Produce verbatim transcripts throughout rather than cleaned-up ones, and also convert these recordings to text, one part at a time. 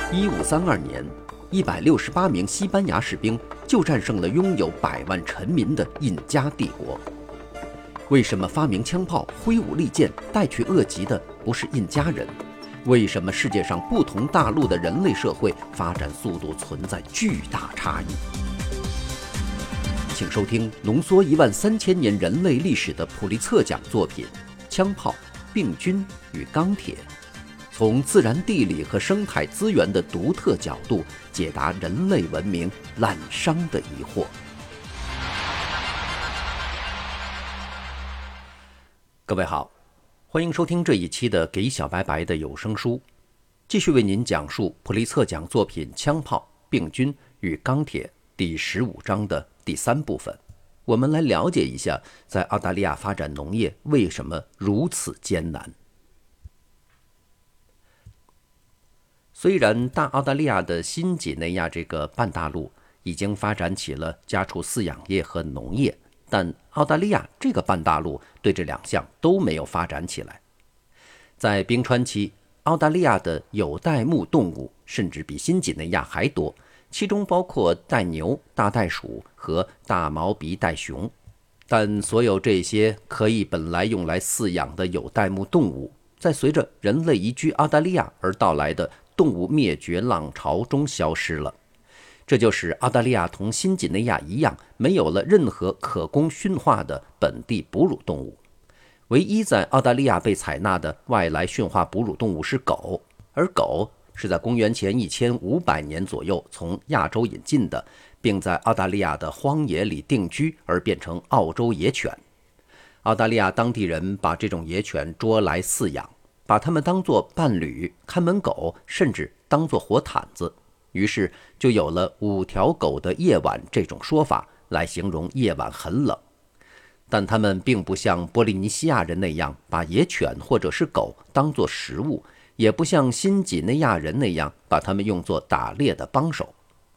一五三二年，一百六十八名西班牙士兵就战胜了拥有百万臣民的印加帝国。为什么发明枪炮、挥舞利剑、带去恶疾的不是印加人？为什么世界上不同大陆的人类社会发展速度存在巨大差异？请收听浓缩一万三千年人类历史的普利策奖作品《枪炮、病菌与钢铁》，从自然地理和生态资源的独特角度解答人类文明滥觞的疑惑。各位好，欢迎收听这一期的《给小白白的有声书》，继续为您讲述普利策奖作品《枪炮、病菌与钢铁》第十五章的第三部分。我们来了解一下，在澳大利亚发展农业为什么如此艰难。虽然大澳大利亚的新几内亚这个半大陆已经发展起了家畜饲养业和农业，但澳大利亚这个半大陆对这两项都没有发展起来。在冰川期，澳大利亚的有袋目动物甚至比新几内亚还多，其中包括袋牛、大袋鼠和大毛鼻袋熊。但所有这些可以本来用来饲养的有袋目动物，在随着人类移居澳大利亚而到来的动物灭绝浪潮中消失了。这就使澳大利亚同新几内亚一样，没有了任何可供驯化的本地哺乳动物。唯一在澳大利亚被采纳的外来驯化哺乳动物是狗，而狗是在公元前一千五百年左右从亚洲引进的，并在澳大利亚的荒野里定居而变成澳洲野犬。澳大利亚当地人把这种野犬捉来饲养，把它们当作伴侣、看门狗，甚至当作活毯子。于是就有了五条狗的夜晚这种说法，来形容夜晚很冷。但他们并不像波利尼西亚人那样把野犬或者是狗当作食物，也不像新几内亚人那样把它们用作打猎的帮手。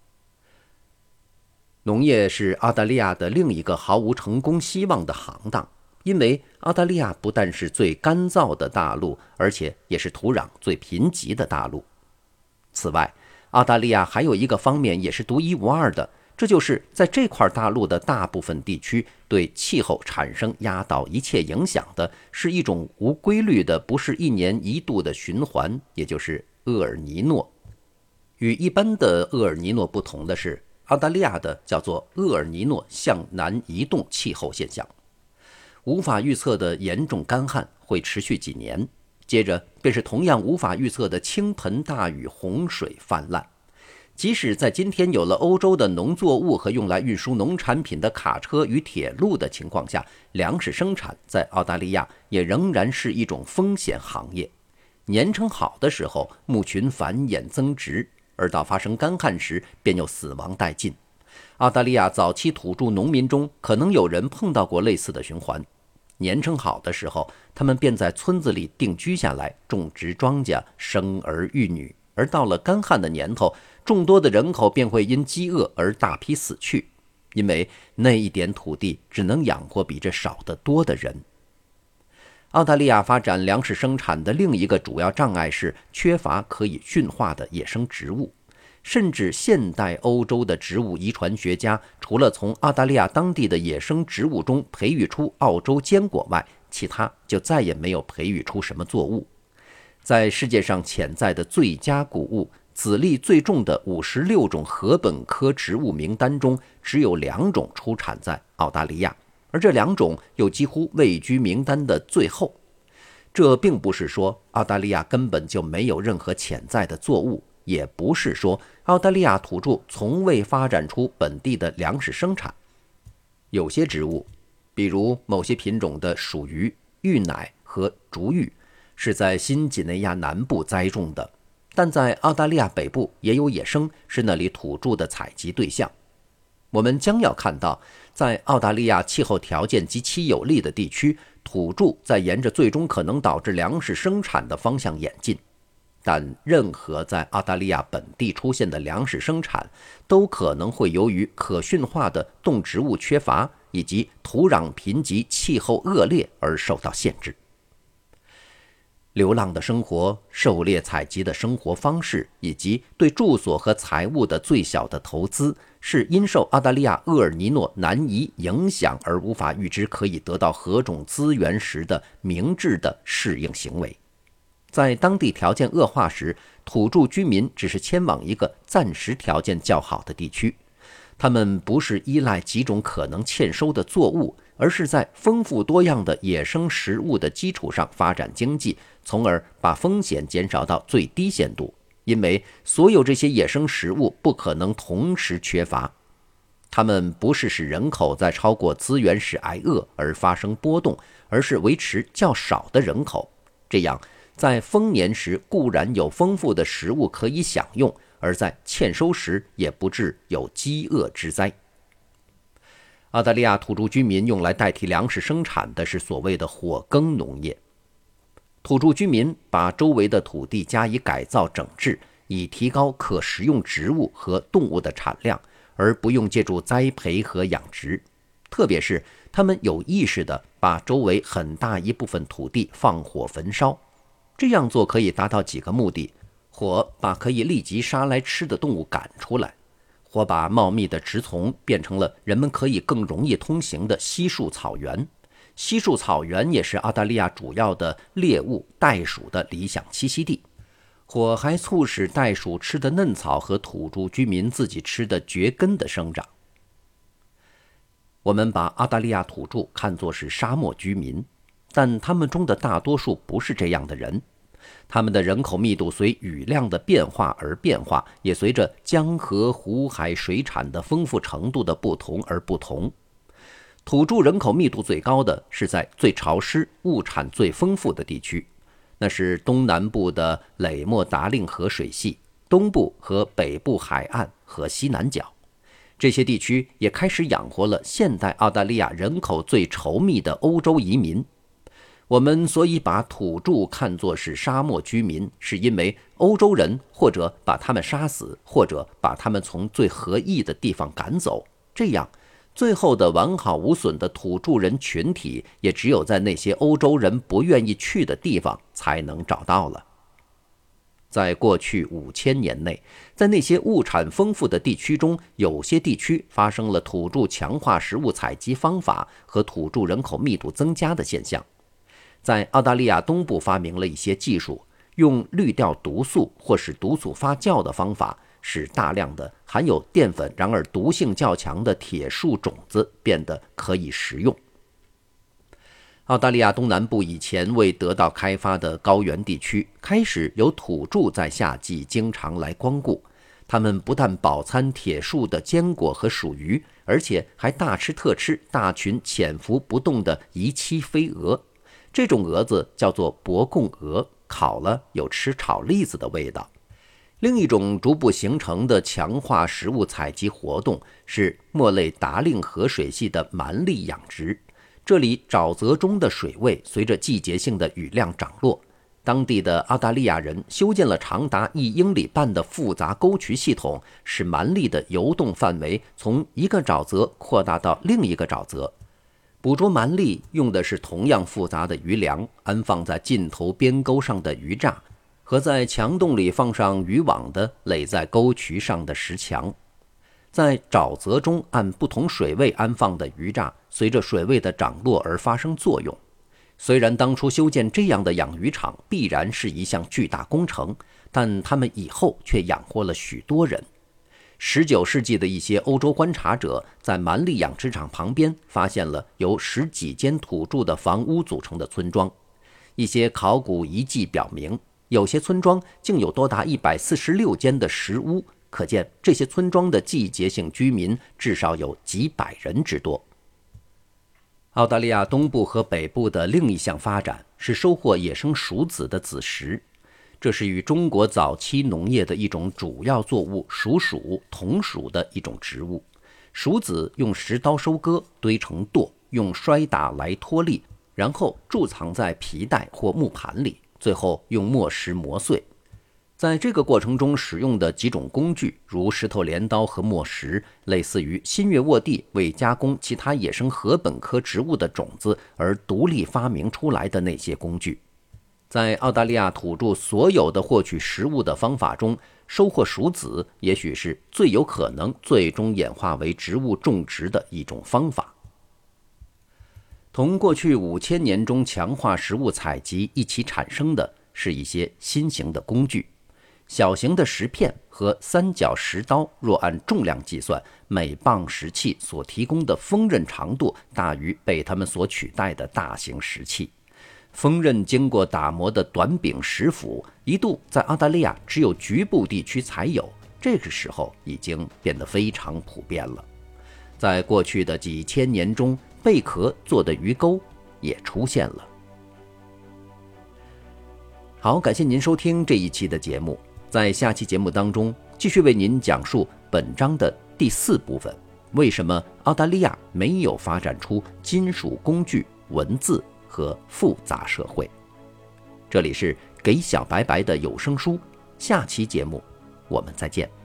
农业是澳大利亚的另一个毫无成功希望的行当，因为澳大利亚不但是最干燥的大陆，而且也是土壤最贫瘠的大陆。此外，澳大利亚还有一个方面也是独一无二的，这就是在这块大陆的大部分地区，对气候产生压倒一切影响的是一种无规律的，不是一年一度的循环，也就是厄尔尼诺。与一般的厄尔尼诺不同的是，澳大利亚的叫做厄尔尼诺向南移动气候现象。无法预测的严重干旱会持续几年，接着便是同样无法预测的倾盆大雨、洪水泛滥。即使在今天有了欧洲的农作物和用来运输农产品的卡车与铁路的情况下，粮食生产在澳大利亚也仍然是一种风险行业。年成好的时候，牧群繁衍增殖，而到发生干旱时便又死亡殆尽。澳大利亚早期土著农民中可能有人碰到过类似的循环。年成好的时候，他们便在村子里定居下来，种植庄稼，生儿育女。而到了干旱的年头，众多的人口便会因饥饿而大批死去，因为那一点土地只能养活比这少得多的人。澳大利亚发展粮食生产的另一个主要障碍是缺乏可以驯化的野生植物。甚至现代欧洲的植物遗传学家，除了从澳大利亚当地的野生植物中培育出澳洲坚果外，其他就再也没有培育出什么作物。在世界上潜在的最佳谷物、籽粒最重的五十六种禾本科植物名单中，只有两种出产在澳大利亚，而这两种又几乎位居名单的最后。这并不是说澳大利亚根本就没有任何潜在的作物，也不是说澳大利亚土著从未发展出本地的粮食生产。有些植物，比如某些品种的鼠鱼、芋奶和竹芋，是在新几内亚南部栽种的，但在澳大利亚北部也有野生，是那里土著的采集对象。我们将要看到，在澳大利亚气候条件极其有利的地区，土著在沿着最终可能导致粮食生产的方向演进。但任何在澳大利亚本地出现的粮食生产，都可能会由于可驯化的动植物缺乏以及土壤贫瘠、气候恶劣而受到限制。 流浪的生活、狩猎采集的生活方式，以及对住所和财物的最小的投资，是因受澳大利亚厄尔尼诺难以影响而无法预知可以得到何种资源时的明智的适应行为。在当地条件恶化时，土著居民只是迁往一个暂时条件较好的地区。他们不是依赖几种可能欠收的作物，而是在丰富多样的野生食物的基础上发展经济，从而把风险减少到最低限度。因为所有这些野生食物不可能同时缺乏。它们不是使人口在超过资源时挨饿而发生波动，而是维持较少的人口。这样，在丰年时固然有丰富的食物可以享用，而在欠收时也不致有饥饿之灾。澳大利亚土著居民用来代替粮食生产的是所谓的火耕农业。土著居民把周围的土地加以改造整治，以提高可食用植物和动物的产量，而不用借助栽培和养殖。特别是他们有意识地把周围很大一部分土地放火焚烧。这样做可以达到几个目的：火把可以立即杀来吃的动物赶出来，火把茂密的植丛变成了人们可以更容易通行的稀树草原。稀树草原也是澳大利亚主要的猎物袋鼠的理想栖息地。火还促使袋鼠吃的嫩草和土著居民自己吃的蕨根的生长。我们把澳大利亚土著看作是沙漠居民，但他们中的大多数不是这样的人。他们的人口密度随雨量的变化而变化，也随着江河湖海水产的丰富程度的不同而不同。土著人口密度最高的是在最潮湿、物产最丰富的地区，那是东南部的雷莫达令河水系、东部和北部海岸和西南角。这些地区也开始养活了现代澳大利亚人口最稠密的欧洲移民。我们所以把土著看作是沙漠居民，是因为欧洲人或者把他们杀死，或者把他们从最合意的地方赶走。这样，最后的完好无损的土著人群体，也只有在那些欧洲人不愿意去的地方才能找到了。在过去五千年内，在那些物产丰富的地区中，有些地区发生了土著强化食物采集方法和土著人口密度增加的现象。在澳大利亚东部发明了一些技术，用滤掉毒素或使毒素发酵的方法，使大量的含有淀粉然而毒性较强的铁树种子变得可以食用。澳大利亚东南部以前未得到开发的高原地区，开始有土著在夏季经常来光顾。他们不但饱餐铁树的坚果和鼠鱼，而且还大吃特吃大群潜伏不动的遗栖飞蛾。这种蛾子叫做伯贡蛾，烤了有吃炒栗子的味道。另一种逐步形成的强化食物采集活动是莫雷达令河水系的蛮栗养殖。这里沼泽中的水位随着季节性的雨量涨落。当地的澳大利亚人修建了长达一英里半的复杂沟渠系统，使蛮栗的游动范围从一个沼泽扩大到另一个沼泽。捕捉蛮栗用的是同样复杂的鱼梁，安放在尽头边沟上的鱼栅，和在墙洞里放上渔网的垒在沟渠上的石墙。在沼泽中按不同水位安放的鱼栅，随着水位的涨落而发生作用。虽然当初修建这样的养鱼场必然是一项巨大工程，但他们以后却养活了许多人。十九世纪的一些欧洲观察者在蛮栗养殖场旁边发现了由十几间土著的房屋组成的村庄。一些考古遗迹表明，有些村庄竟有多达一百四十六间的石屋，可见这些村庄的季节性居民至少有几百人之多。澳大利亚东部和北部的另一项发展是收获野生鼠子的子实。这是与中国早期农业的一种主要作物鼠属同属的一种植物。鼠子用石刀收割，堆成垛，用摔打来脱粒，然后贮藏在皮带或木盘里，最后用磨石磨碎。在这个过程中使用的几种工具，如石头镰刀和磨石，类似于新月沃地为加工其他野生禾本科植物的种子而独立发明出来的那些工具。 在澳大利亚土著所有的获取食物的方法中，收获熟子也许是最有可能最终演化为植物种植的一种方法。同过去五千年中强化食物采集一起产生的是一些新型的工具。小型的石片和三角石刀若按重量计算，每磅石器所提供的锋刃长度大于被它们所取代的大型石器。锋刃经过打磨的短柄石斧一度在澳大利亚只有局部地区才有，这个时候已经变得非常普遍了。在过去的几千年中，贝壳做的鱼钩也出现了。好，感谢您收听这一期的节目，在下期节目当中继续为您讲述本章的第四部分，为什么澳大利亚没有发展出金属工具、文字和复杂社会。这里是给小白白的有声书，下期节目我们再见。